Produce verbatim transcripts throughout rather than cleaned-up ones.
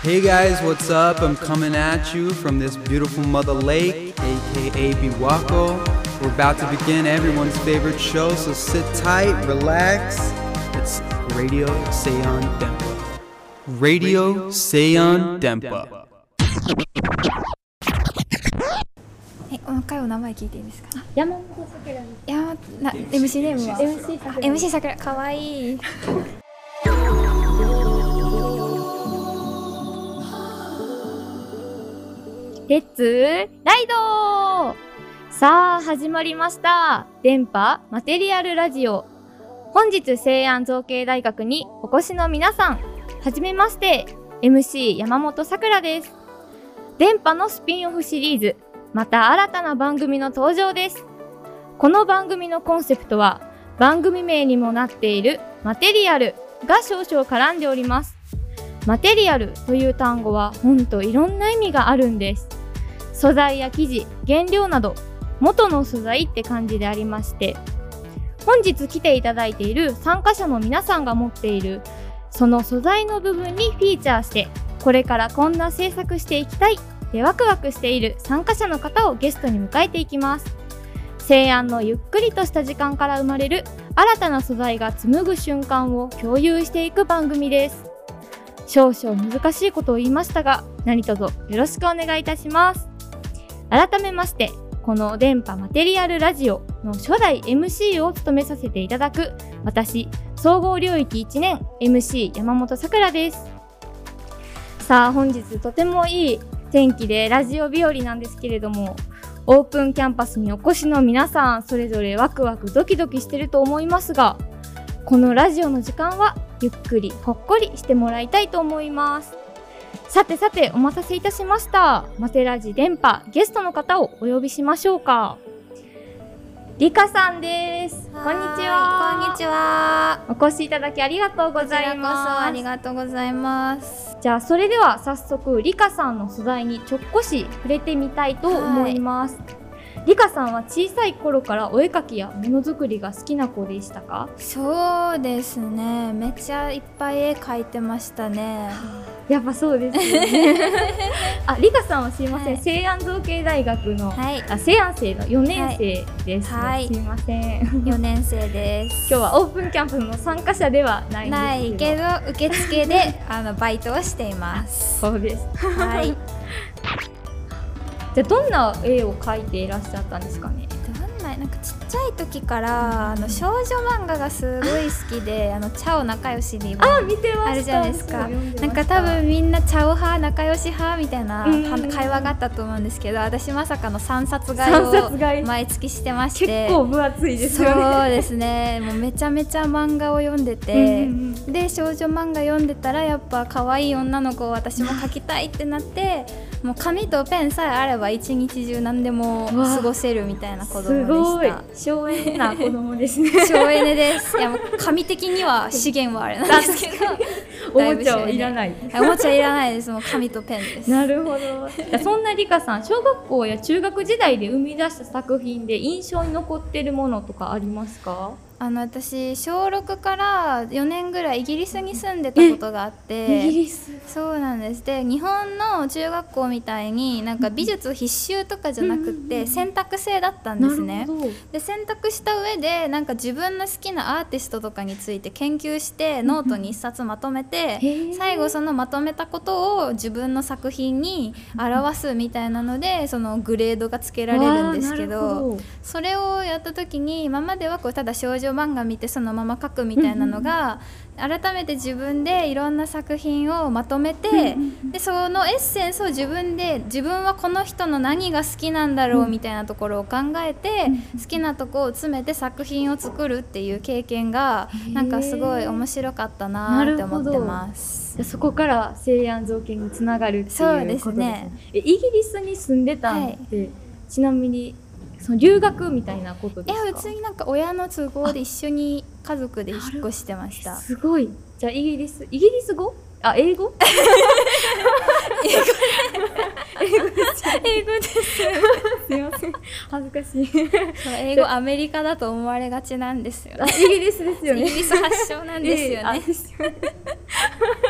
Hey guys, what's up? I'm coming at you from this beautiful mother lake, aka Biwako. We're about to begin everyone's favorite show, so sit tight, relax. It's Radio Seion Denpa. Radio Seion Denpa. はい、もう一回お名前聞いていいですか？ 山本さくらです。 山な エムシー ネームはエムシー さくら。 エムシー さくら、かわいい。 レッツライド。さあ始まりました。電波マテリアルラジオ。本日西安造形大学にお越しの皆さん、はじめまして。 エムシー 山本さくらです。電波のスピンオフシリーズ、また新たな番組の登場です。この番組のコンセプトは番組名にもなっているマテリアルが少々絡んでおります。マテリアルという単語はほんといろんな意味があるんです。素材や生地、原料など元の素材って感じでありまして、本日来ていただいている参加者の皆さんが持っているその素材の部分にフィーチャーして、これからこんな制作していきたいでワクワクしている参加者の方をゲストに迎えていきます。西安のゆっくりとした時間から生まれる新たな素材が紡ぐ瞬間を共有していく番組です。少々難しいことを言いましたが、何卒よろしくお願いいたします。改めまして、この電波マテリアルラジオの初代 エムシー を務めさせていただく私、総合領域いちねん エムシー 山本さくらです。さあ本日とてもいい天気でラジオ日和なんですけれども、オープンキャンパスにお越しの皆さん、それぞれワクワクドキドキしてると思いますが、このラジオの時間はゆっくりほっこりしてもらいたいと思います。さてさて、お待たせいたしました。マテラジ電波ゲストの方をお呼びしましょうか。リカさんです。こんにちは。 こんにちは。 お越しいただきありがとうございます。 こちらこそありがとうございます。 じゃあそれでは早速リカさんの素材にちょっこし触れてみたいと思います。はい、リカさんは小さい頃からお絵描きやものづくりが好きな子でしたか？ そうですね、めっちゃいっぱい絵描いてましたね。 やっぱそうですよね。あ、リカさんはすいません、はい、西安造形大学の、はい、あ、西安生のよねん生です、はい、すいません。 よねん生です。 今日はオープンキャンプの参加者ではないんですけど、 ないけど受付であのバイトをしています。 そうです。 はい。 じゃあどんな絵を描いていらっしゃったんですかね？ なんかちっちゃい時からあの少女漫画がすごい好きで、あのチャオ仲良しにもあ見てました。 あるじゃないですか。なんか多分みんなチャオ派仲良し派みたいな会話があったと思うんですけど、私まさかのさんさつ買いを毎月してまして、 結構分厚いですよね。 そうですね、もうめちゃめちゃ漫画を読んでて、で少女漫画読んでたらやっぱ可愛い女の子を私も描きたいってなって、もう紙とペンさえあれば一日中何でも過ごせるみたいな子供でした。 すごい省エネな子供ですね。 省エネです。いやもう紙的には資源はあれなんですけどおもちゃはいらない。 おもちゃいらないです。もう紙とペンです。 なるほど。そんなリカさん、小学校や中学時代で生み出した作品で印象に残っているものとかありますか？あの私しょうろくからよねんぐらいイギリスに住んでたことがあって、 イギリスそうなんです。で日本の中学校みたいになんか美術必修とかじゃなくって選択制だったんですね。で選択した上でなんか自分の好きなアーティストとかについて研究してノートに一冊まとめて、最後そのまとめたことを自分の作品に表すみたいなので、そのグレードがつけられるんですけど、それをやった時に今まではこうただ少女漫画見てそのまま描くみたいなのが、改めて自分でいろんな作品をまとめて、でそのエッセンスを自分で自分はこの人の何が好きなんだろうみたいなところを考えて、好きなとこを詰めて作品を作るっていう経験がなんかすごい面白かったなって思ってます。 そこから西安造形につながるっていうことですね。イギリスに住んでたんで、はい、ちなみにその留学みたいなことですか？ いや普通になんか親の都合で一緒に家族で引っ越してました。 すごい。じゃあイギリスイギリス語？あ、英語？ 英語英語です英語です。 すいません、恥ずかしい。 そう英語アメリカだと思われがちなんですよね。 イギリスですよね。 イギリス発祥なんですよね。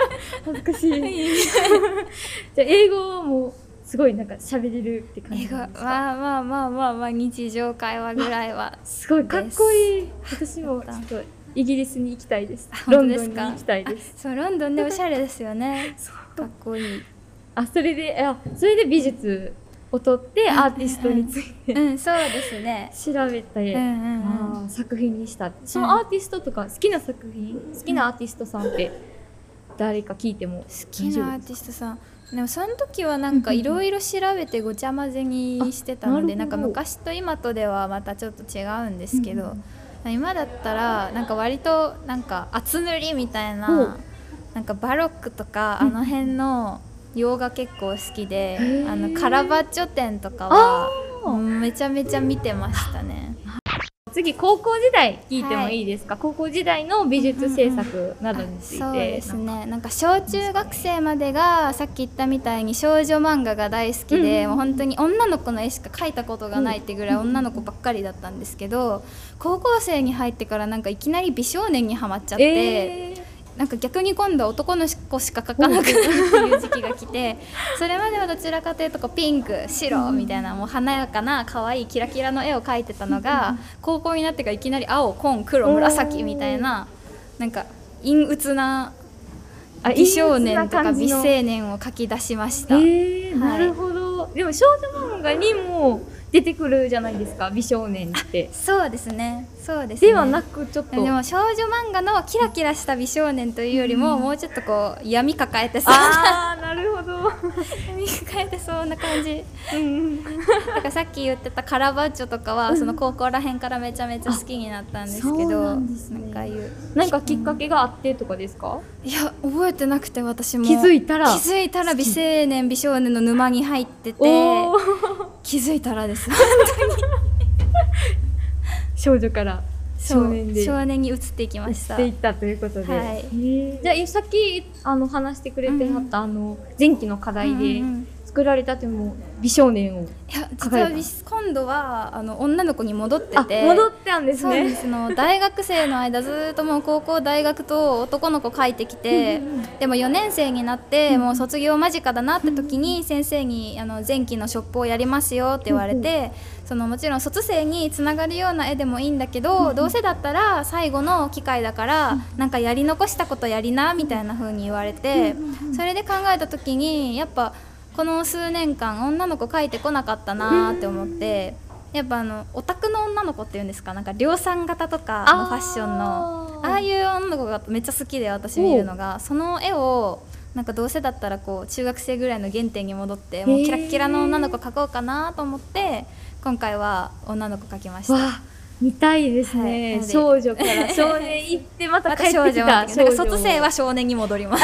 恥ずかしい。じゃあ英語はもうすごいなんか喋れるって感じ英語なんですか？ まあまあまあまあまあ日常会話ぐらいはすごいかっこいい。私もちょっとイギリスに行きたいです。ロンドンに行きたいです。 そうロンドンでおしゃれですよね。かっこいい。 あ、それであそれで美術を取ってアーティストについて、 うん、うん、そうですね。 調べて、 うんうんうん、 あ作品にした。そのアーティストとか好きな作品、好きなアーティストさんって誰か聞いても好きなアーティストさん。でもその時はなんかいろいろ調べてごちゃ混ぜにしてたので、なんか昔と今とではまたちょっと違うんですけど、うん、今だったらなんか割となんか厚塗りみたいな、なんかバロックとかあの辺の洋画結構好きで、あのカラバッチョ展とかはめちゃめちゃ見てましたね。 次高校時代聞いてもいいですか？はい、高校時代の美術制作などについて。 そうですね。なんか小中学生までがさっき言ったみたいに少女漫画が大好きで、うん、もう本当に女の子の絵しか描いたことがないってぐらい女の子ばっかりだったんですけど、高校生に入ってからなんかいきなり美少年にはまっちゃって、えーなんか逆に今度は男の子しか描かなくなるっていう時期が来て、それまではどちらかというとこうピンク白みたいなもう華やかな可愛いキラキラの絵を描いてたのが、高校になってからいきなり青紺黒紫みたいななんか陰鬱な美少年とか美青年を描き出しました。えーはい、なるほど。でも少女漫画にも出てくるじゃないですか、美少年って。 そうですね、そうですね。 ではなくちょっとでも少女漫画のキラキラした美少年というよりも、うん、もうちょっとこう闇抱えてそうな。あーなるほど闇抱えてそうな感じ。うん、だからさっき言ってたカラバッチョとかは、うん、その高校らへんからめちゃめちゃ好きになったんですけど、なんかいうなんかきっかけがあってとかですか？ いや覚えてなくて、私も気づいたら気づいたら美青年美少年の沼に入ってて気づいたらです本当に少女から少年で少年に移っていきました。 移っていったということで、 はい、 じゃあさっきあの話してくれてはった、うん、あの前期の課題で作られたというも美少年を。 いや実は今度はあの女の子に戻ってて、 戻ってたんですね。 そうですの大学生の間ずっともう高校大学と男の子書いてきて、でもよねん生になってもう卒業間近だなって時に先生にあの前期のショップをやりますよって言われて、そのもちろん卒生につながるような絵でもいいんだけど、どうせだったら最後の機会だからなんかやり残したことやりなみたいな風に言われて、それで考えた時にやっぱこの数年間女の子描いてこなかったなって思って、やっぱあのオタクの女の子っていうんですか、なんか量産型とかのファッションのああいう女の子がめっちゃ好きで、私見るのがその絵をなんかどうせだったらこう中学生ぐらいの原点に戻ってもうキラッキラの女の子描こうかなと思って今回は女の子描きました。 見たいですね、はい、少女から少年行ってまた帰ってきた、また少女なんか卒生は少年に戻ります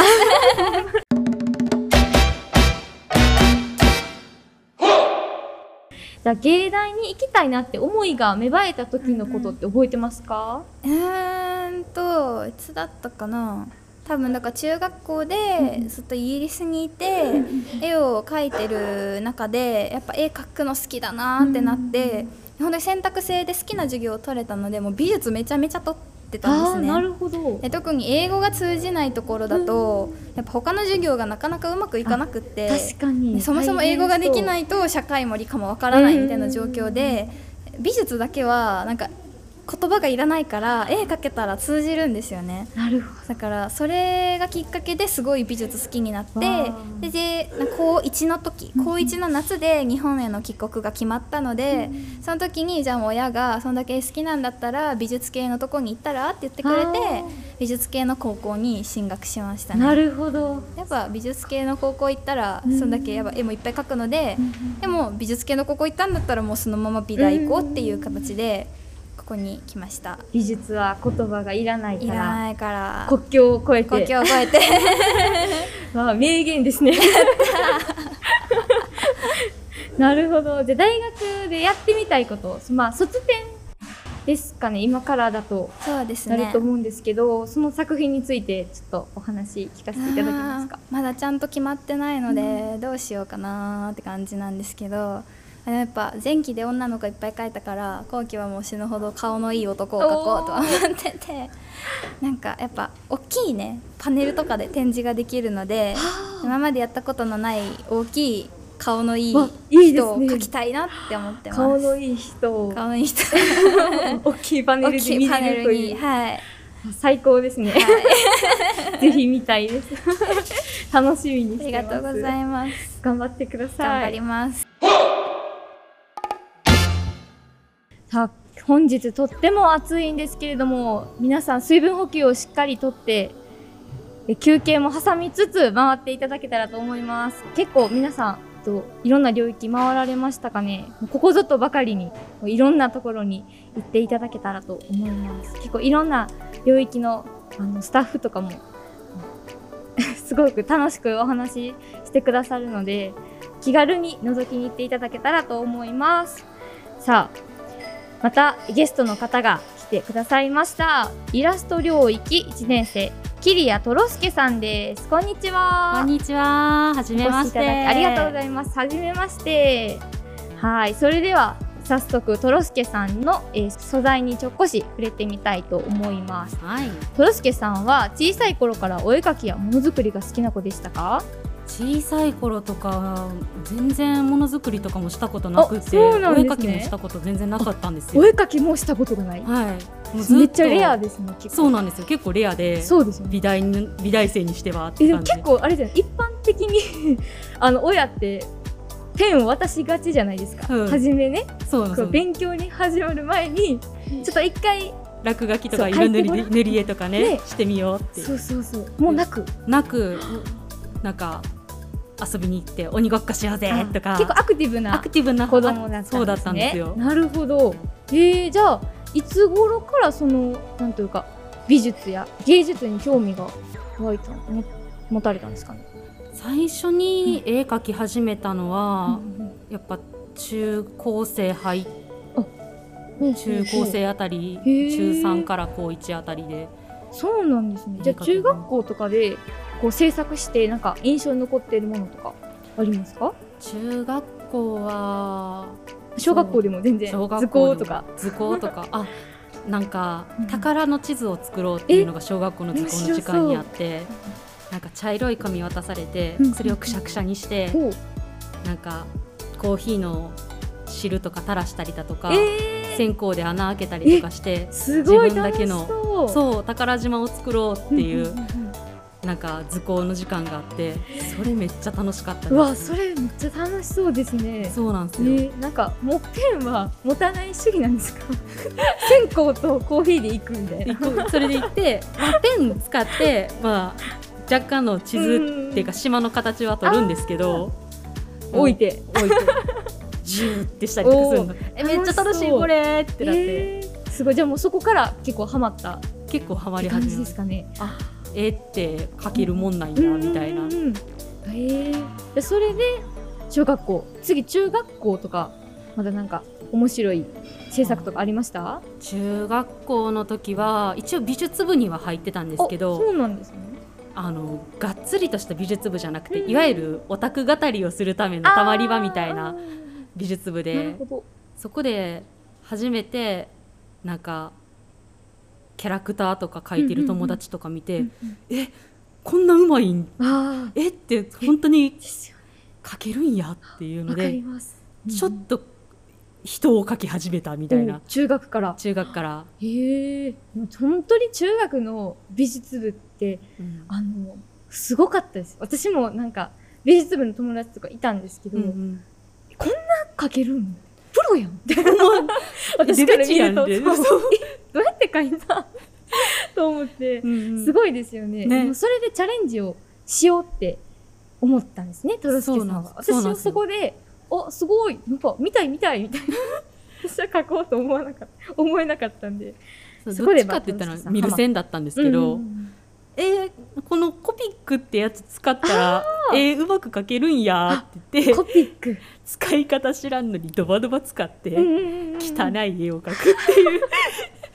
じゃあ芸大に行きたいなって思いが芽生えた時のことって覚えてますか？ うん、うーんといつだったかな。多分だから中学校でずっとイギリスにいて絵を描いてる中でやっぱ絵描くの好きだなってなって、本当に選択制で好きな授業を取れたのでもう美術めちゃめちゃ取ってたんですね。 なるほど。 で特に英語が通じないところだとやっぱ他の授業がなかなかうまくいかなくって、 確かにそもそも英語ができないと社会も理科もわからないみたいな状況で、美術だけはなんか言葉がいらないから絵描けたら通じるんですよね。 なるほど。 だからそれがきっかけですごい美術好きになって、でで高いちの時高いちの夏で日本への帰国が決まったので、うん、その時にじゃあ親がそんだけ好きなんだったら美術系のとこに行ったらって言ってくれて美術系の高校に進学しましたね。 なるほど。 やっぱ美術系の高校行ったらそんだけやっぱ絵もいっぱい描くので、うん、でも美術系の高校行ったんだったらもうそのまま美大行こうっていう形で、うんここに来ました。 美術は言葉がいらないから、 いらないから国境を越えて国境を越えてまあ名言ですねなるほど。じゃあ大学でやってみたいこと、まあ卒展ですかね、今からだとそうですねなると思うんですけど、その作品についてちょっとお話聞かせていただけますか？ まだちゃんと決まってないので、うん、どうしようかなって感じなんですけど、 あやっぱ前期で女の子いっぱい描いたから後期はもう死ぬほど顔のいい男を描こうと思っててなんかやっぱ大きいねパネルとかで展示ができるので今までやったことのない大きい顔のいい人を描きたいなって思ってます。 顔のいい人顔のいい人大きいパネルで見れるという、 はい、 最高ですね、はい、ぜひ見たいです楽しみにしてます。 ありがとうございます。 頑張ってください。 頑張ります。 さあ本日とっても暑いんですけれども皆さん水分補給をしっかりとって休憩も挟みつつ回っていただけたらと思います。結構皆さんといろんな領域回られましたかね。ここぞとばかりにいろんなところに行っていただけたらと思います。結構いろんな領域の、あのスタッフとかもすごく楽しくお話ししてくださるので気軽に覗きに行っていただけたらと思います。さあまたゲストの方が来てくださいました。イラスト領域いちねん生桐谷トロスケさんです。こんにちは。 こんにちは。はじめまして。 ありがとうございます。はじめまして。はい、それでは早速トロスケさんの、えー、素材にちょっこし触れてみたいと思います。 はい。 トロスケさんは小さい頃からお絵描きやものづくりが好きな子でしたか？ 小さい頃とか全然ものづくりとかもしたことなくて、 そうなんですね、 お絵描きもしたこと全然なかったんですよ。 お絵描きもしたことがない。 はい。もうずっとめっちゃレアですね。結構そうなんですよ。結構レアで、 そうですよね。 美大に美大生にしてはってえで感じ。 も結構あれじゃない一般的にあの親ってペンを渡しがちじゃないですか。 うん、 初めね。 そうなんですよ。 勉強に始まる前にちょっと一回落書きとか色塗り塗り絵とか ね, ねしてみようって。 そうそうそう。もうなくなくなんか。遊びに行って鬼ごっこしようぜとか結構アクティブなアクティブな子供だったんですね。 そうだったんですよ。 なるほど。えー、じゃあいつ頃からそのなんというか美術や芸術に興味が湧いたの持たれたんですかね。 最初に絵描き始めたのは、うん、やっぱ中高生入っ中高生あたり、中さんから高いちあたりで。そうなんですね。 じゃあ中学校とかでこう制作してなんか印象に残っているものとかありますか？ 中学校は小学校でも全然図工とか図工とかあなんか宝の地図を作ろうっていうのが小学校の図工の時間にあって、なんか茶色い紙渡されてそれをくしゃくしゃにして、うん、なんかコーヒーの汁とか垂らしたりだとか、えー、線香で穴開けたりとかしてすごい自分だけのそう宝島を作ろうっていうなんか図工の時間があってそれめっちゃ楽しかったです。 うわそれめっちゃ楽しそうですね。 そうなんですよ、えー、なんかもうペンは持たない主義なんですか？線香とコーヒーで行くみたいなそれで行って、まあ、ペン使って、まあ、若干の地図っていうか島の形は取るんですけど置いて置いてジューってしたりとかするのえめっちゃ楽しいこれってなって、えー、すごい。じゃあもうそこから結構ハマった結構ハマり始めた感じですかね。あ絵って描けるもんなんやみたいな。 へえ。それで小学校次中学校とかまだなんか面白い制作とかありました？ 中学校の時は一応美術部には入ってたんですけど。 そうなんですね。 あのがっつりとした美術部じゃなくて、うん、いわゆるオタク語りをするためのたまり場みたいな美術部でそこで初めてなんかキャラクターとか描いてる友達とか見て、うんうんうん、えこんなうまいんえって本当に描けるんやっていうので、うん、ちょっと人を描き始めたみたいな。 中学から中学からへえ。本当に中学の美術部って、うん、あのすごかったです。私もなんか美術部の友達とかいたんですけど、うんうん、こんな描けるんプロやんって私から見るとどうやって描いたと思って、うんうん、すごいですよね。ね、それでチャレンジをしようって思ったんですね、トロスケさんは。私はそこであすごいなんか見たい見たいみたいな私は描こうと思わなかった思えなかったんで、 そどっちかって言ったら見る線だったんですけど、うんうん、えー、このコピックってやつ使ったらえー、うまく描けるんやって言ってコピック使い方知らんのにドバドバ使って汚い絵を描くっていう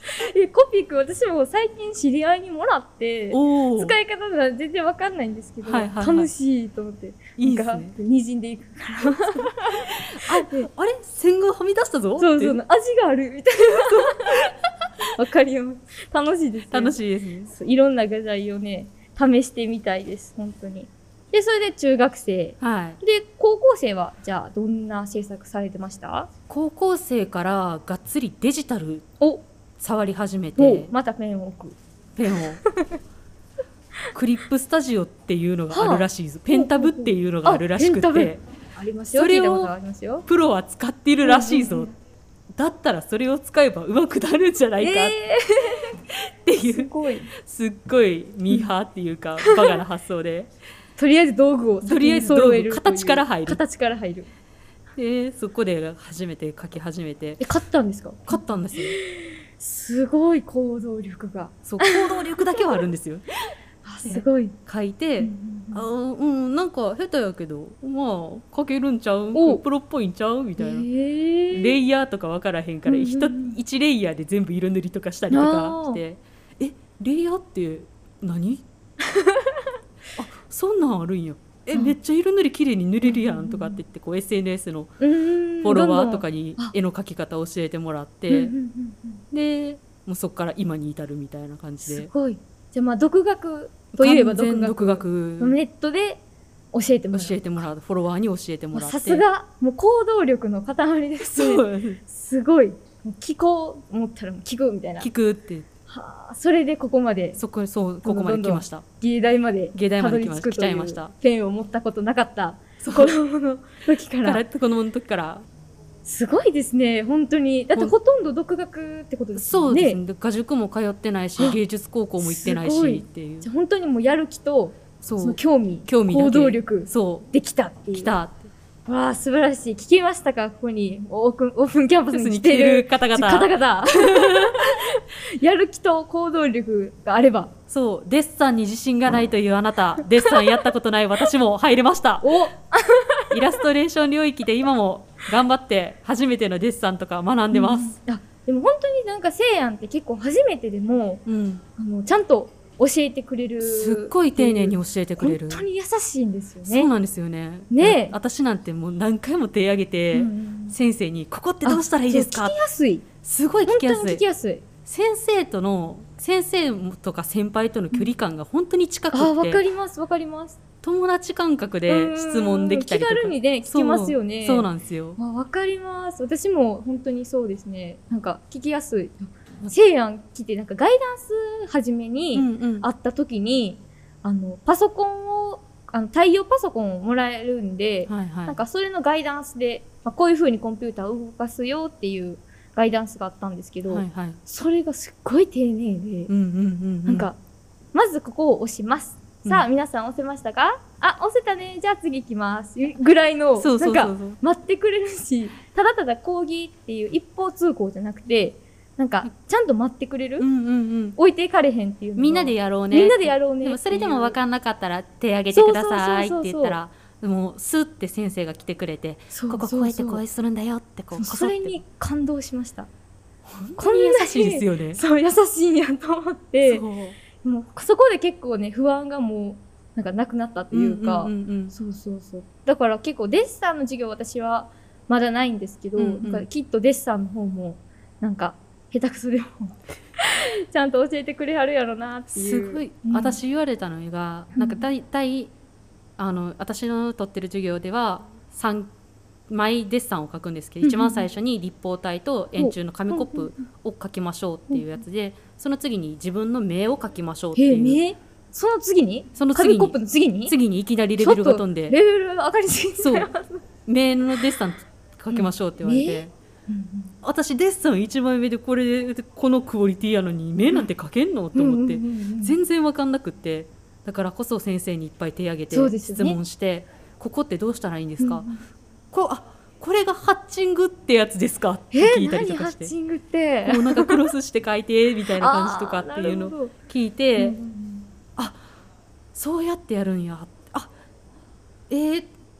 えコピック私も最近知り合いにもらっておー使い方が全然わかんないんですけど、 はいはいはい楽しいと思っていいですねなんかにじんでいくからあれ線がはみ出したぞそうそうって味があるみたいなわかります楽しいです、ね、 楽しいですね。 そういろんな画材をね試してみたいです本当に。でそれで中学生はい。 で高校生はじゃあどんな制作されてました？ 高校生からがっつりデジタルお触り始めおて、 またペンを置く。 ペンをクリップスタジオっていうのがあるらしいです、はあ、ペンタブっていうのがあるらしくあペンタブてありますよ。 それを聞いたことがありますよ。 プロは使っているらしいぞ、 うんうんうんだったらそれを使えば上手くなるんじゃないかっていう、 すごい。 すっごいミーハーっていうか、バカな発想でとりあえず道具をとりあえず道具揃えるという形から入る形から入る。 でそこで初めて書き始めてえ買ったんですか？ 買ったんですよ。 すごい行動力が。 そう行動力だけはあるんですよ。 あすごい。 書いて、 うんあうんなんか下手やけどまあ書けるんちゃうおプロっぽいんちゃうみたいな、 えーレイヤーとか分からへんからうんうん一一レイヤーで全部色塗りとかしたりとかしてえレイヤーって何あそんなんあるんやえ、 うんめっちゃ色塗り綺麗に塗れるやんとかって言ってこう エスエヌエス のうーんフォロワーとかにどんどんあ絵の描き方を教えてもらって、 うんうんうんうんでもうそこから今に至るみたいな感じですごい。じゃあまあ独学といえば独完全学独学ネットで教えてもらう。 教えてもらうフォロワーに教えてもらってさすがもう行動力の塊ですね。 そうすごい。もう聞こう思ったらもう聞くみたいな。 聞くってはあ、それでここまでそこそうここまで来ました芸大まで芸大まで来またどり着くという来ちゃいましたペンを持ったことなかったそう子供の時かからら子供の時からすごいですね本当に。だってほとんど独学ってことですよね。 そうですね画塾も通ってないしあ芸術高校も行ってないすごいしっていうじゃあ本当にもうやる気とそそうの興味興味だけ行動力そできたっていうう来たってわあ素晴らしい。聞きましたか？ここにオープンオープンキャンパスに来に来ててるる方々 方々やる気と行動力があればそうデッサンに自信がないというあなたデッサンやったことない私も入れましたおイラストレーション領域で今も頑張って初めてのデッサンとか学んでます、 あでも本当になんかせいやんって結構初めてでもうんあのちゃんと教えてくれるすっごい丁寧に教えてくれる本当に優しいんですよね。 そうなんですよねねえ私なんてもう何回も手挙げて、 うん先生にここってどうしたらいいですかあそう聞きやすい。 すごい聞きやす本当に聞いきやすい。 先生との先生とか先輩との距離感が本当に近くあわって、 かりますわかります。 友達感覚で質問できたりとかうん気軽にね聞きますよね。 そうそうなんですよあわかります。私も本当にそうですね。なんか聞きやすい。せいやん来てなんかガイダンス初めにうんうん会った時に、あのパソコンをあの対応パソコンをもらえるんで、 はいはいなんかそれのガイダンスで、まあ、こういう風にコンピューターを動かすよっていうガイダンスがあったんですけど、 はいはいそれがすっごい丁寧で、 うんうんうんうんなんかまずここを押します。さあ、 うん皆さん押せましたか？あ押せたね。じゃあ次行きますぐらいのそうそうそうそうなんか待ってくれるしただただ講義っていう一方通行じゃなくてなんかちゃんと待ってくれる、 うんうんうん置いていかれへんっていうのがみんなでやろうねみんなでやろうねでもそれでも分かかんなかったら手挙げてくださいってそうそうそうそう言ったらもうスッて先生が来てくれてこここうやってこうするんだよってこうこそってそれに感動しました。 本当に優しいですよねそう優しいんやと思ってそうもうそこで結構ね不安がもうなんかなくなったというか、 うんうんうんうんそうそうそうだから結構デッサンの授業私はまだないんですけど、 うんうんなんかきっとデッサンの方もなんか下手くそでもちゃんと教えてくれはるやろなっていうすごい、 うん私言われたのがなんか大体あの私の取ってる授業ではさんまいデッサンを書くんですけど、 うんうん一番最初に立方体と円柱の紙コップを書きましょうっていうやつで、その次に自分の目を描きましょうってへえいうねその次にその次に紙コップの次に次にいきなりレベルが飛んでちょっとレベル上がりすぎてそう目のデッサン描きましょうって言われて、 うんうん私デッサンいちまいめでこれでこのクオリティやのに目なんて描けんのと思って、 うんうんうんうん全然分かんなくってだからこそ先生にいっぱい手挙げてそうですよね質問して、ここってどうしたらいいんですか、 うんうんこあこれがハッチングってやつですかってえ聞いたり何ハとかしてッチングってもうなんかクロスして書いてみたいな感じとかっていうのを聞いて、 うんうんうんそうやってやるんやあえー、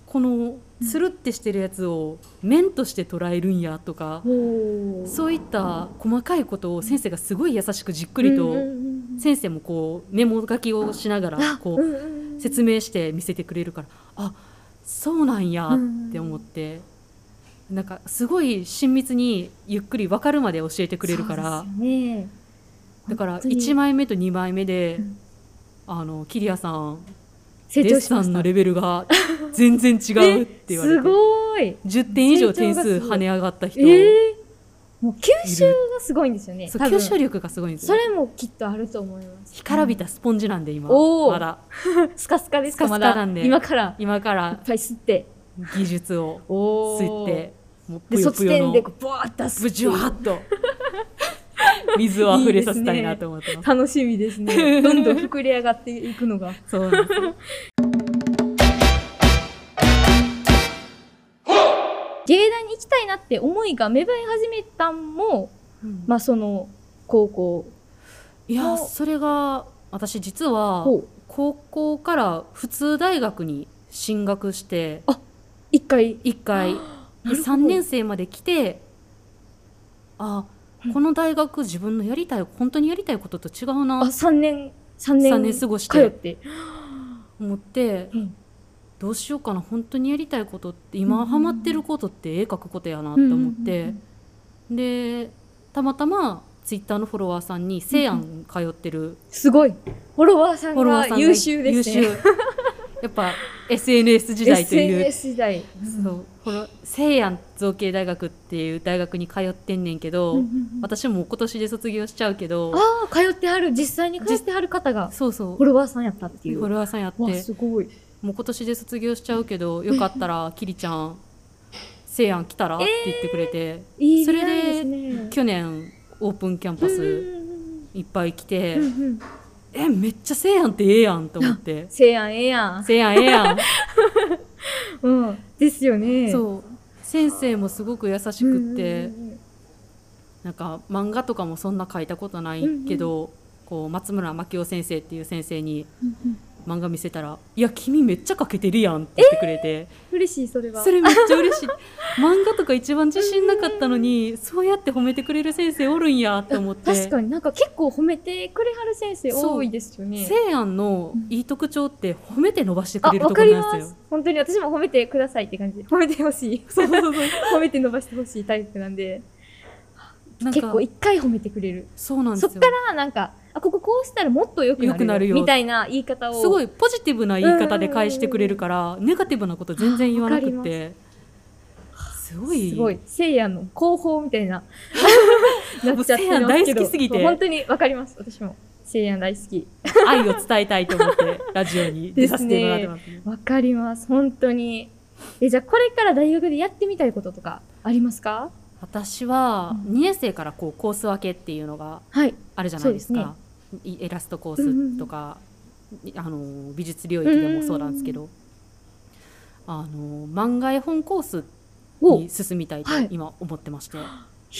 このつるってしてるやつを面として捉えるんやとか、うん、そういった細かいことを先生がすごい優しくじっくりと、うん、先生もこうメモ書きをしながらこう、うん、説明して見せてくれるから、あ、そうなんやって思って、うん、なんかすごい親密にゆっくり分かるまで教えてくれるから、そうですよね、だからいちまいめとにまいめで、うん、あのキリアさんデッサンのレベルが全然違うって言われて、 すごいじゅってん以上点数跳ね上がった人、えー、もう吸収がすごいんですよね。 そう、吸収力がすごいんですよ。 それもきっとあると思います。 干からびたスポンジなんで今、 うん、 まだスカスカですか。 スカスカなんで、 今から今からいっぱい吸って技術を吸ってもうぷよぷよので卒点でバーッ出すブジュワッと水をあふれさせたいなと思ってます。 いいですね、楽しみですね。どんどん膨れ上がっていくのがそうなんですよ。 芸大に行きたいなって思いが芽生え始めたんも、うん、まあその高校いやそれが私実は高校から普通大学に進学して、 あ一回一回さんねん生まで来て、あこの大学自分のやりたい本当にやりたいことと違うな、 あさんねんさんねんさんねん過ごして通って思って、うん、どうしようかな、本当にやりたいことって今ハマってることって絵描くことやなって思って、でたまたまツイッターのフォロワーさんに西安通ってる、うん、 すごいフォロワーさんが優秀ですね。優秀やっぱ エスエヌエス 時代というエスエヌエス 時代、 うん、そうこの西安造形大学っていう大学に通ってんねんけど、うんうんうん、私も今年で卒業しちゃうけど、 ああ通ってはる、実際に通ってはる方がそうそうフォロワーさんやったっていう、 フォロワーさんやって、 わすごい、 もう今年で卒業しちゃうけどよかったらキリちゃん西安来たらって言ってくれて、えー、いいですね、それで去年オープンキャンパスいっぱい来て、うんうん、えめっちゃ西安ってええやんと思って、 西安ええやん西安ええやんうん、ですよね。 そう先生もすごく優しくって、うんうんうん、なんか漫画とかもそんな書いたことないけど、うんうん、こう松村真紀夫先生っていう先生に漫画見せたら、いや君めっちゃ描けてるやんって言ってくれて、えー、嬉しい、それはそれめっちゃ嬉しい漫画とか一番自信なかったのにそうやって褒めてくれる先生おるんやと思って、 確かになんか結構褒めてくれはる先生多いですよね。 西安のいい特徴って褒めて伸ばしてくれるところなんですよ。 本当に私も褒めてくださいって感じで褒めてほしいそうそうそう褒めて伸ばしてほしいタイプなんで、なんか結構一回褒めてくれる。 そうなんですよ。 そっからなんかあこここうしたらもっと良くなる よ, なるよみたいな言い方をすごいポジティブな言い方で返してくれるから、うんうんうん、ネガティブなこと全然言わなくてすごいすごい聖夜の広報みたいななっちゃってますけど、大好きすぎて本当にわかります。私も聖夜大好き愛を伝えたいと思ってラジオに出させてもらってますね。 わかります本当に。えじゃあこれから大学でやってみたいこととかありますか？ 私はにねん生からこうコース分けっていうのがあるじゃないですか、はい、イラストコースとか、うんうん、あの美術領域でもそうなんですけど、うんうん、あの漫画絵本コースに進みたいと今思ってまして、はい、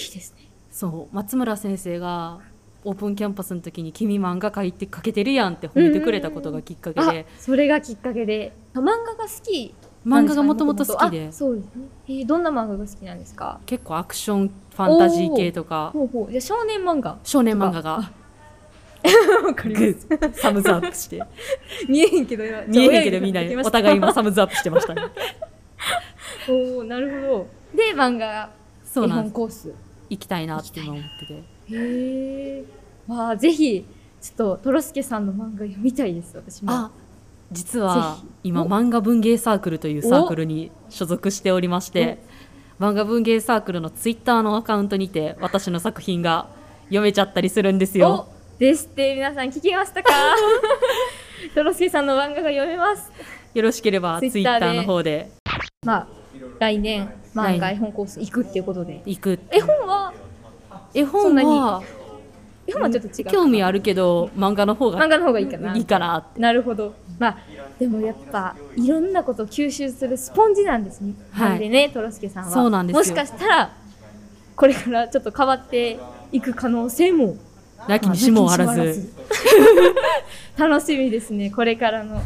いいですね。 そう松村先生がオープンキャンパスの時に君漫画描いて描けてるやんって褒めてくれたことがきっかけで、うんうん、 それがきっかけで漫画が好き、 漫画がもともと好きで。 そうですね。えー、どんな漫画が好きなんですか？ 結構アクションファンタジー系とか。 ほうほう。じゃあ少年漫画少年漫画がわかります。 サムズアップして見えへんけど見えへんけどみんなお互い今サムズアップしてましたねおおなるほど。で漫画絵本コース行きたいなって今思ってて、へえわあぜひちょっとトロスケさんの漫画読みたいです私も。 あ実は今漫画文芸サークルというサークルに所属しておりまして、漫画文芸サークルのツイッターのアカウントにて私の作品が読めちゃったりするんですよ。 ですって皆さん聞きましたかトロスケさんの漫画が読めます。 よろしければツイッターの方で、 まあ来年漫画絵本コース行くっていうことで。 行く。 絵本は絵本は絵本はちょっと違う。 興味あるけど漫画の方が漫画の方がいいかな。 いいかなって。 なるほど。まあでもやっぱいろんなことを吸収するスポンジなんですね。はい、なんでねトロスケさんは。 そうなんですよ。 もしかしたらこれからちょっと変わっていく可能性もなきにしもあらず。 楽しみですねこれからの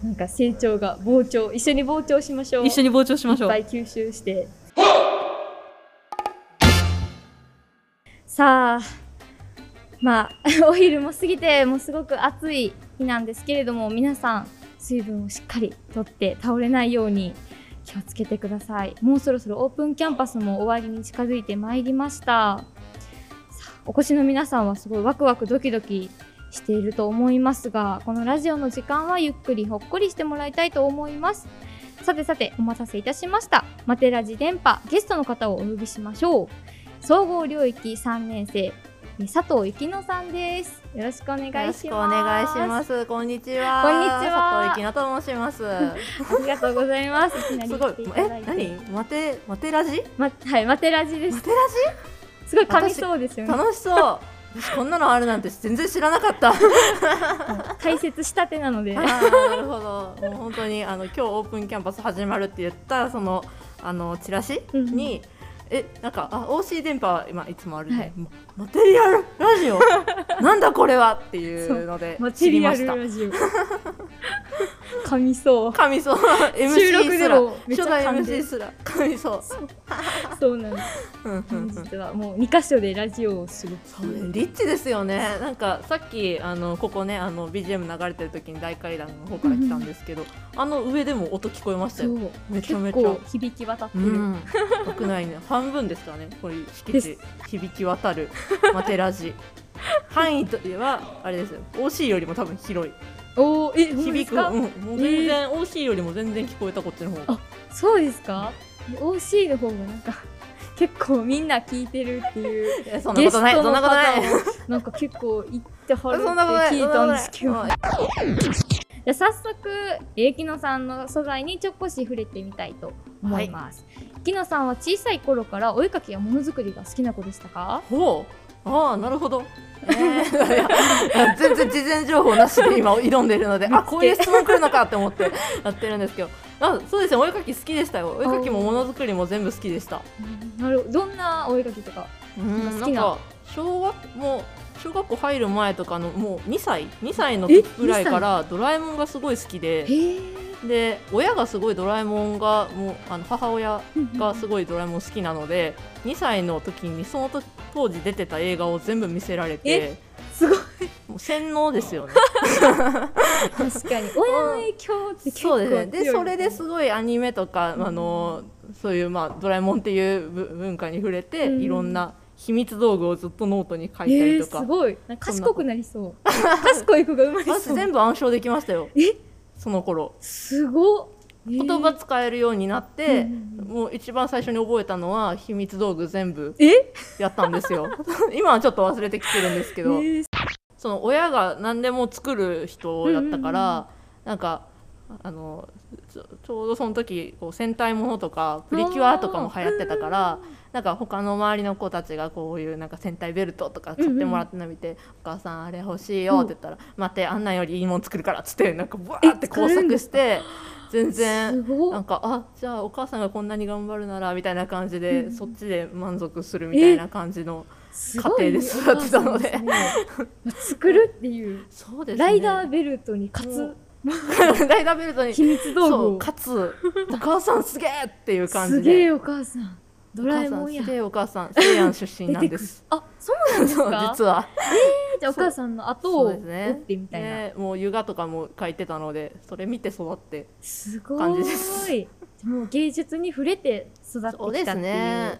なんか成長が膨張、一緒に膨張しましょう。 一緒に膨張しましょう。 いっぱい吸収してさあ、まあお昼も過ぎてもうすごく暑い日なんですけれども、皆さん水分をしっかりとって倒れないように気をつけてください。もうそろそろオープンキャンパスも終わりに近づいてまいりました。さあ、お越しの皆さんはすごいワクワクドキドキしていると思いますが、このラジオの時間はゆっくりほっこりしてもらいたいと思います。さてさて、お待たせいたしました。マテラジ電波、ゲストの方をお呼びしましょう。総合領域さんねん生、佐藤ゆきのさんです。よろしくお願いします。 よろしくお願いします。こんにちは。 こんにちは。 佐藤ゆきのと申します。 ありがとうございます。いきなりすごい。 来ていただいて。 え、何？マテマテラジ？ ま、はい、マテラジです。 マテラすごい噛みそうですよジ？ ね。 楽しそう。私こんなのあるなんて全然知らなかった。 解説したてなので。 あー、なるほど。もう本当にあの今日オープンキャンパス始まるって言ったそのあのチラシに。え、なんかあ オーシー 電波今いつもあるね、はい、マテリアルラジオなんだこれはっていうので知りました。マテリアルラジオ噛みそう噛みそうエムシー すら初代 エムシー すら噛みそうそうなんです。実はもうにかしょでラジオをする。 そうね、リッチですよね。なんかさっきあのここねあの ビージーエム 流れてる時に大階段の方から来たんですけど、うん、あの上でも音聞こえましたよ。めちゃめちゃ結構響き渡ってる、うん、 屋内ね半分ですからね、これ敷地響き渡るマテラジ範囲とはあれですよ、 オーシー よりも多分広い。 おー、え、 響く、うん、もう全然、えー、オーシー よりも全然聞こえた、こっちの方が。 あ、そうですか。 オーシー の方がなんか結構みんな聞いてるっていう。 そんなことない、そんなことない。 なんか結構言ってはるって聞いたんですけど。じゃ早速、ゆきのさんの素材にちょっこし触れてみたいと思います。ゆきのさんは小さい頃からお絵かきやものづくりが好きな子でしたか？ ほう、ああ、なるほど。えー、全然事前情報なしで今挑んでるので、あ、こういう質問来るのかって思ってやってるんですけど、あ、そうですね、お絵かき好きでしたよ。お絵かきもものづくりも全部好きでした。 なるほど。どんなお絵かきとか好きな？ なんか小学もう小学校入る前とかのもうにさいにさいの時ぐらいからドラえもんがすごい好きで、で親がすごいドラえもんがもうあの母親がすごいドラえもん好きなので、にさいの時にその時当時出てた映画を全部見せられて、 すごいもう洗脳ですよね。 確かに親の影響って結構強い、ね、そうですね。 でそれですごいアニメとか、うん、あのそういうまあドラえもんっていう文化に触れて、うん、いろんな秘密道具をずっとノートに書いたりとか、 えー、すごい賢くなりそう賢い子が生まれそう。 私全部暗唱できましたよ。え、その頃すごっ、 えー、言葉使えるようになって、うん、もう一番最初に覚えたのは秘密道具全部やったんですよ。今はちょっと忘れてきてるんですけど、えー、その親が何でも作る人だったから、うんうんうん、なんかあのちょ、ちょうどその時こう戦隊ものとかプリキュアとかも流行ってたから、なんか他の周りの子たちがこういうなんか戦隊ベルトとか買ってもらっての見て、うんうん、お母さんあれ欲しいよって言ったら、うん、待ってあんなんよりいいもん作るからっつってなんかバーって工作して全然なんかあじゃあお母さんがこんなに頑張るならみたいな感じで、うん、そっちで満足するみたいな感じの家庭で育ってたので、ね、 作るっていうそうですね、 ライダーベルトに勝つライダーベルトに秘密道具を勝つお母さんすげーっていう感じで、 すげーお母さんドラえもんや。 すげーお母さん西安出身なんです。 あ、そうなんですか。 実は。 えー、じゃあお母さんの後を追ってみたいな。 ね、もう湯河とかも書いてたのでそれ見て育って感じです。 すごい。もう芸術に触れて育ってきたっていう。そうですね。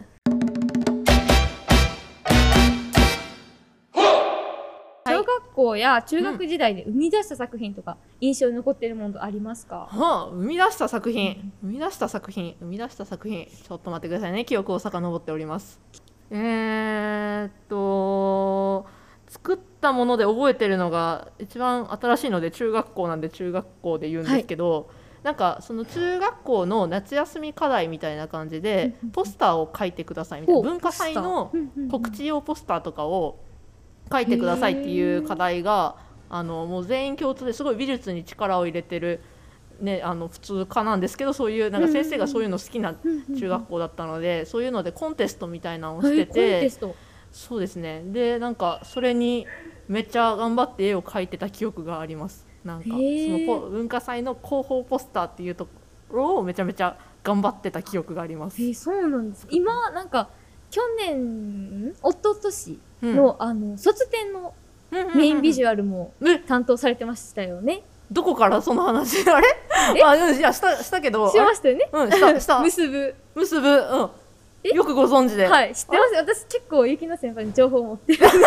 小学校や中学時代で生み出した作品とか印象に残っているものありますか？ うん、はあ、生み出した作品、生み出した作品、生み出した作品、ちょっと待ってくださいね、記憶を遡っております。えーっと作ったもので覚えてるのが一番新しいので中学校なんで中学校で言うんですけど、はい、なんかその中学校の夏休み課題みたいな感じでポスターを書いてくださいみたいな、文化祭の告知用ポスターとかを書いてくださいっていう課題があのもう全員共通ですごい美術に力を入れてる、ね、あの普通科なんですけど、そういうなんか先生がそういうの好きな中学校だったので、そういうのでコンテストみたいなのをしてて、そうですね。でなんかそれにめっちゃ頑張って絵を描いてた記憶があります。 なんかそのポ文化祭の広報ポスターっていうところをめちゃめちゃ頑張ってた記憶があります。 えー、そうなんです。今なんか去年一昨年の、うん、あの卒展のメインビジュアルも担当されてましたよね。 どこからその話あれ？あ、いやしたしたけどしましたよね。 うん、したした結ぶ結ぶ、うんよくご存知で。 はい、知ってます。私結構ゆきの先輩に情報を持ってるんで怖い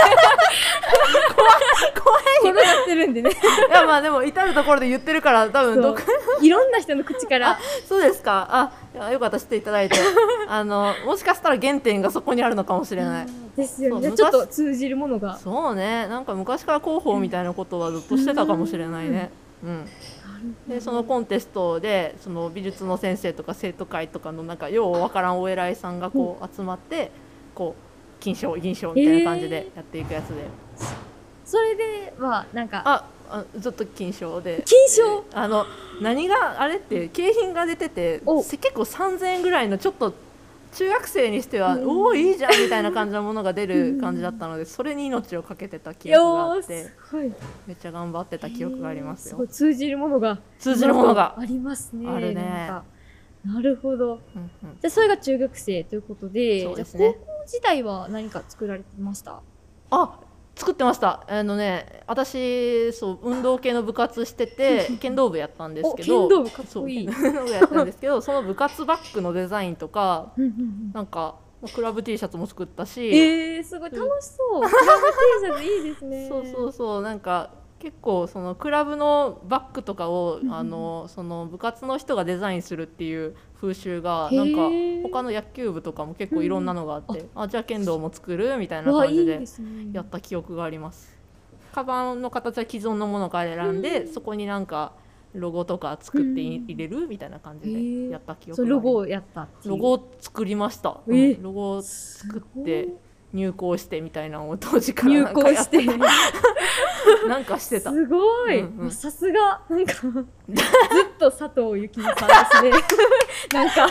怖い転がってるんでね。 いやまあでも至るところで言ってるから多分どこいろんな人の口からそうですか。あ、いやよかった知っていただいてあのもしかしたら原点がそこにあるのかもしれない。 ですよね。ちょっと通じるものが。 そうね、なんか昔から広報みたいなことはずっとしてたかもしれないね。うん、でそのコンテストでその美術の先生とか生徒会とかのなんかようわからんお偉いさんがこう集まってこう金賞銀賞みたいな感じでやっていくやつで、 えー、それではなんかああずっと金賞で金賞あの何があれって景品が出てて結構さんぜんえんぐらいのちょっと中学生にしては、うん、おおいいじゃんみたいな感じのものが出る感じだったので、うん、それに命をかけてた記憶があって、はい、めっちゃ頑張ってた記憶がありますよ。 すごい通じるものが通じるものがありますね。 あるね。 なんかなるほど、 うんうん、 じゃあそれが中学生ということで、 そうですね、 高校時代は何か作られてました？ あ作ってました。あのね、私そう運動系の部活してて剣道部やったんですけど、 剣道部かっこいい。 剣道部やったんですけどその部活バッグのデザインとかなんかクラブ T シャツも作ったし、 えー、すごい楽しそう。クラブ T シャツいいですね。 そうそうそう、なんか結構そのクラブのバッグとかをあのその部活の人がデザインするっていう風習がなんか他の野球部とかも結構いろんなのがあって、うん、あじゃあ剣道も作るみたいな感じでやった記憶があります。カバンの形は既存のものから選んで、うん、そこになんかロゴとか作って入れるみたいな感じでやった記憶があります。 ロゴをやったっていう。 ロゴを作りました、うん、ロゴを作って入校してみたいなのを当時からなんかやって入校してなんかしてた。 すごい、うんうん、さすがなんかずっと佐藤幸乃さんですねなんか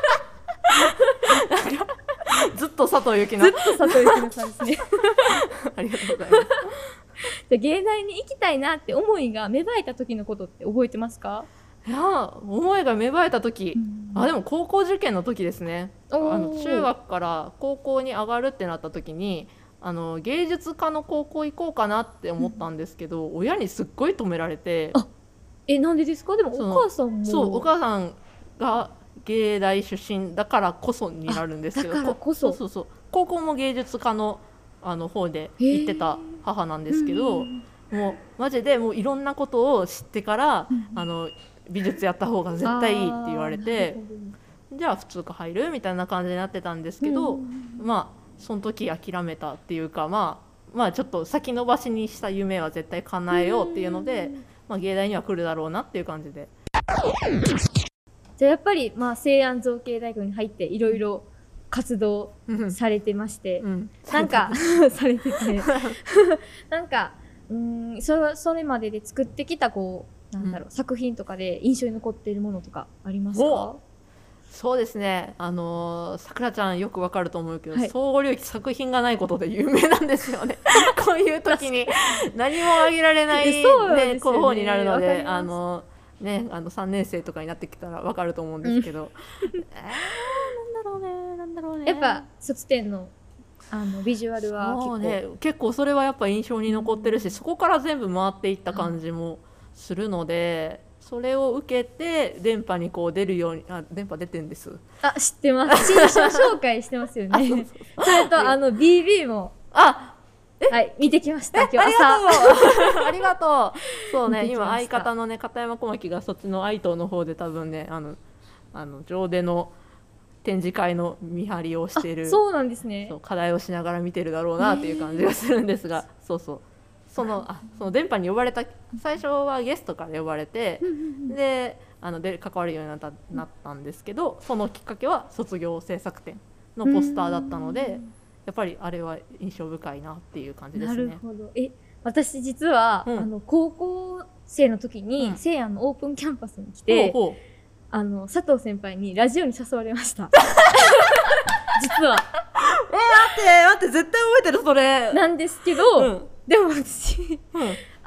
ずっと佐藤幸乃ずっと佐藤幸乃さんですねありがとうございますじゃあ芸大に行きたいなって思いが芽生えた時のことって覚えてますか？ いや思いが芽生えた時、うん、あでも高校受験の時ですね。あの中学から高校に上がるってなった時にあの芸術科の高校行こうかなって思ったんですけど、うん、親にすっごい止められて。 あえなんでですか？でもお母さんもそうお母さんが芸大出身だからこそになるんですけど、 だからこそそうそうそう高校も芸術科のあの方で行ってた母なんですけど、もうマジでもういろんなことを知ってから、うん、あの美術やった方が絶対いいって言われて、じゃあ普通科入るみたいな感じになってたんですけど、うん、まあその時諦めたっていうか、まあ、まあちょっと先延ばしにした夢は絶対叶えようっていうので、うん、まあ、芸大には来るだろうなっていう感じで。 じゃあやっぱり、まあ、西安造形大学に入っていろいろ活動されてまして、うん、なんかされててなんかうんそ, それまでで作ってきたこうなんだろう、うん、作品とかで印象に残っているものとかありますか？ そうですね、あのー、さくらちゃんよくわかると思うけど、はい、総合領域作品がないことで有名なんですよねこういう時に何もあげられない、ね、候補になるので、あのーね、あのさんねん生とかになってきたらわかると思うんですけど、うん、えー、なんだろうねなんだろうねやっぱ卒展のあのビジュアルは結構、 ね、結構それはやっぱ印象に残ってるし、そこから全部回っていった感じもするので、うん、それを受けて電波にこう出るように、あ電波出てるんです。 あ知ってます新書紹介してますよねそうそうそうそれとあの ビービー もあはい見てきました今日朝ありがとうそうね今相方のね片山小牧がそっちの愛東の方で多分ねあのあの上出の展示会の見張りをしている。 そうなんですね。 そう課題をしながら見てるだろうなっていう感じがするんですが、そうそうそのあその電波に呼ばれた最初はゲストから呼ばれてであので関わるようになった、なったんですけど、そのきっかけは卒業制作展のポスターだったので、やっぱりあれは印象深いなっていう感じですね。 なるほど。え私実は、うん、あの高校生の時に、うん、西安のオープンキャンパスに来て、ほうほうあの佐藤先輩にラジオに誘われました実はえー、待って待って絶対覚えてるそれなんですけど、うん、でも私、うん、あ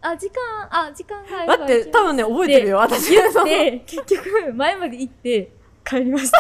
あ時間あ時間があればだって多分ね覚えてるよ私言って結局前まで行って帰りました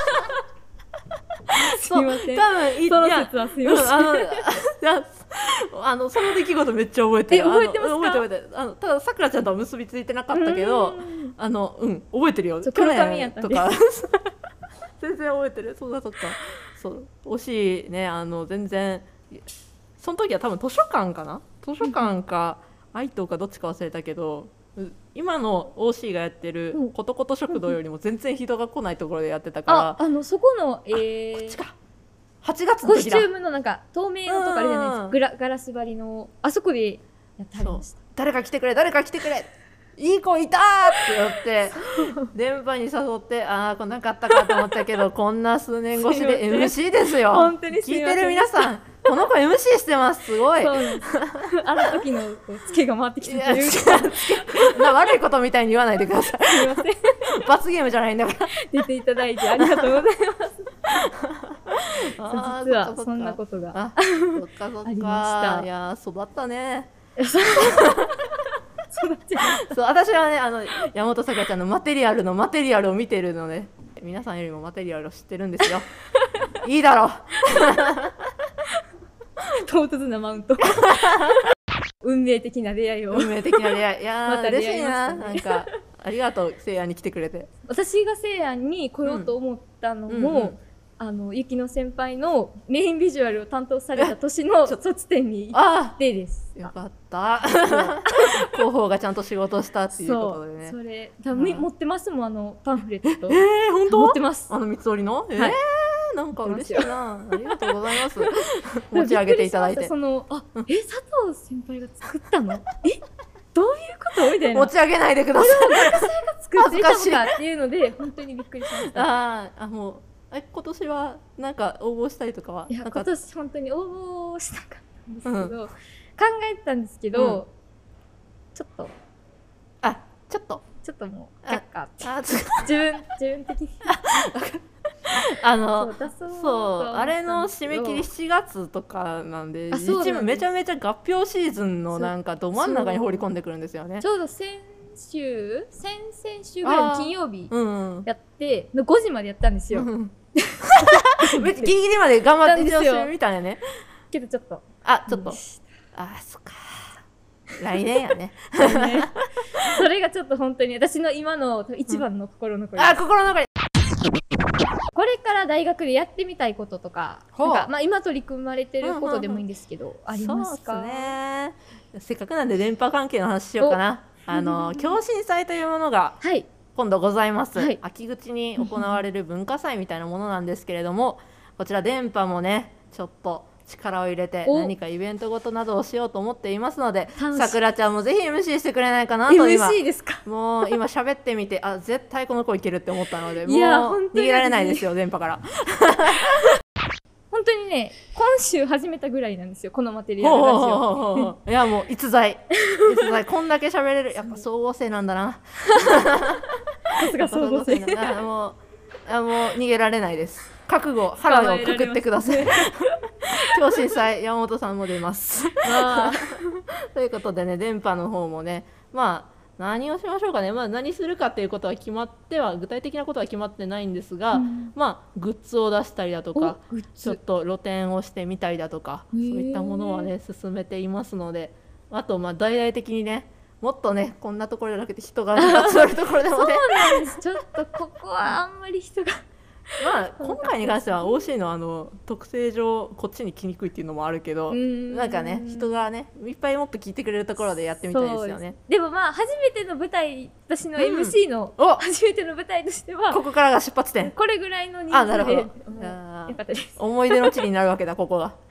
すいません多分いその説はすいません、 あのいやあのその出来事めっちゃ覚えてる。 え覚えてますか？ 覚えてる覚えてる。あのたださくらちゃんとは結びついてなかったけど、あのうん覚えてるよ。 ちょ去黒髪やったんで年とか全然覚えてる。そうだそっか。そう惜しいね。あの全然その時は多分図書館かな。図書館か愛東かどっちか忘れたけど。今の オーシー がやってることこと食堂よりも全然人が来ないところでやってたから、 ああのそこの、えー、 こっちかはちがつのコス時だチュームのなんか透明のとかあれじゃないですか、グラガラス張りのあそこでやってはりました。 誰か来てくれ誰か来てくれいい子いたーって言って電波に誘ってああ来なかったかと思ったけどこんな数年越しで エムシー ですよ。 本当にすいません聞いてる皆さんこの子 エムシー してますすごい。 そうなんですあの時のこうツケが回ってきいやたというかな悪いことみたいに言わないでくださいすいません罰ゲームじゃないんだから出ていただいてありがとうございますあー実はそっかそっかそんなことがあそっかそっかありましたいやー育ったねそうなっちゃうそう私はねあの山本さくらちゃんのマテリアルのマテリアルを見てるので皆さんよりもマテリアルを知ってるんですよいいだろう唐突なマウント運命的な出会いを運命的な出会いいやー、 また出嬉しいな、 会いましたねなんかありがとうせいやに来てくれて私がせいやんに来ようと思ったのも、 うんうんうんあのゆきの先輩のメインビジュアルを担当された年の卒展に行っあてですあよかった広報がちゃんと仕事したっていうことでねそうそれ多分うん持ってますもんあのパンフレットえー、本当持ってますあの三つ折りのえーはいなんか嬉しいなありがとうございます持ち上げていただいてびっくりしましたそのあえ佐藤先輩が作ったのえどういうことみたいな持ち上げないでください作っていたのかっていうので本当にびっくりしましたあーあもうえ今年はなんか応募したりとかはいやなんか今年本当に応募したかったんですけど、 うん考えてたんですけど、 うんちょっとあちょっとちょっともうあ却下ってあつ自分自分的にそあのう出そうとそう思ったんですけどあれの締め切りしちがつとかなんであそうなんです一部めちゃめちゃ合併シーズンのなんかど真ん中に放り込んでくるんですよねちょうど先週先々週ぐらいの金曜日うんやってのごじまでやったんですよ、 うんめっちゃギリギリまで頑張って一応するみたいなねけどちょっとあちょっとあそっか来年やねそれがちょっと本当に私の今の一番の心残り、 あ心の中にこれから大学でやってみたいこととか、 ほうなんかまあ今取り組まれてることでもいいんですけど、ありますか？ そうですねせっかくなんで電波関係の話しようかなあの共振祭というものがはい今度ございます、 はい秋口に行われる文化祭みたいなものなんですけれどもこちら電波もねちょっと力を入れてお何かイベントごとなどをしようと思っていますので楽しいさくらちゃんもぜひ エムシー してくれないかなと今エムシー ですか？ もう今喋ってみてあ絶対この子いけるって思ったのでもいやう本当に逃げられないですよ電波から本当にね今週始めたぐらいなんですよこのマテリアほうルラジほうほうオ。 ほうほういやもう逸材逸材こんだけ喋れるやっぱ総合性なんだなさすが総合性。 なんだもうあもう逃げられないです覚悟腹をくくってください共振祭山本さんも出ますわあということでね電波の方もねまあ何をしましょうかね、まあ、何するかっていうことは決まっては具体的なことは決まってないんですが、 うんまあグッズを出したりだとかおグッちょっズと露店をしてみたりだとかそうへーいったものはね進めていますのであとまあ大々的にねもっとねこんなところじゃなくて人が集まるところでもねそうなんです。ちょっとここはあんまり人がまあ今回に関しては オーシー のあの特性上こっちに来にくいっていうのもあるけどんなんかね人がねいっぱいもっと聞いてくれるところでやってみたいですよね。 でもまあ初めての舞台私のうんエムシー のお初めての舞台としてはここからが出発点これぐらいの人あなるほど数でうんいやーよかったです。 思い出の地になるわけだここが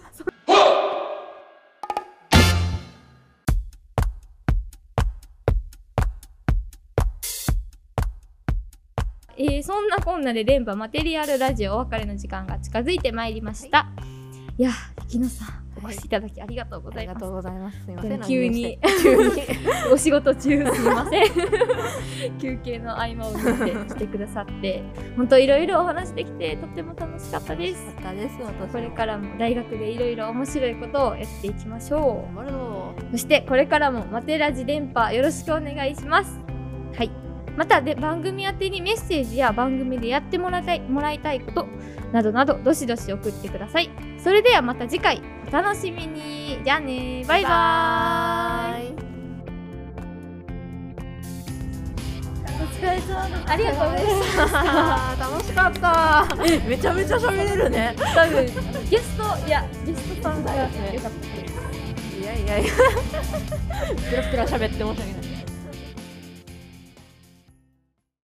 えー、そんなこんなで電波マテリアルラジオお別れの時間が近づいてまいりました。いや、ゆきのさん、おお越しいただきありがとうございます。 ありがとうございます。すみません。 急に急にお仕事中すみません休憩の合間を縫ってしてくださって本当いろいろお話できてとっても楽しかったです。 楽しかったです。私これからも大学でいろいろ面白いことをやっていきましょ頑張るぞ。 う。そしてこれからもマテラジ電波よろしくお願いします。はい、またで番組宛てにメッセージや番組でやってもらいたい、もらいたいことなどなどどしどし送ってください。それではまた次回お楽しみに。じゃあね、バイバーイ。お疲れ様です。ありがとうございました。 楽しかった。めちゃめちゃ喋れるね。 多分ゲストいやゲストさんが良かったです。 いやいやいや。プラプラ喋って申し訳ない。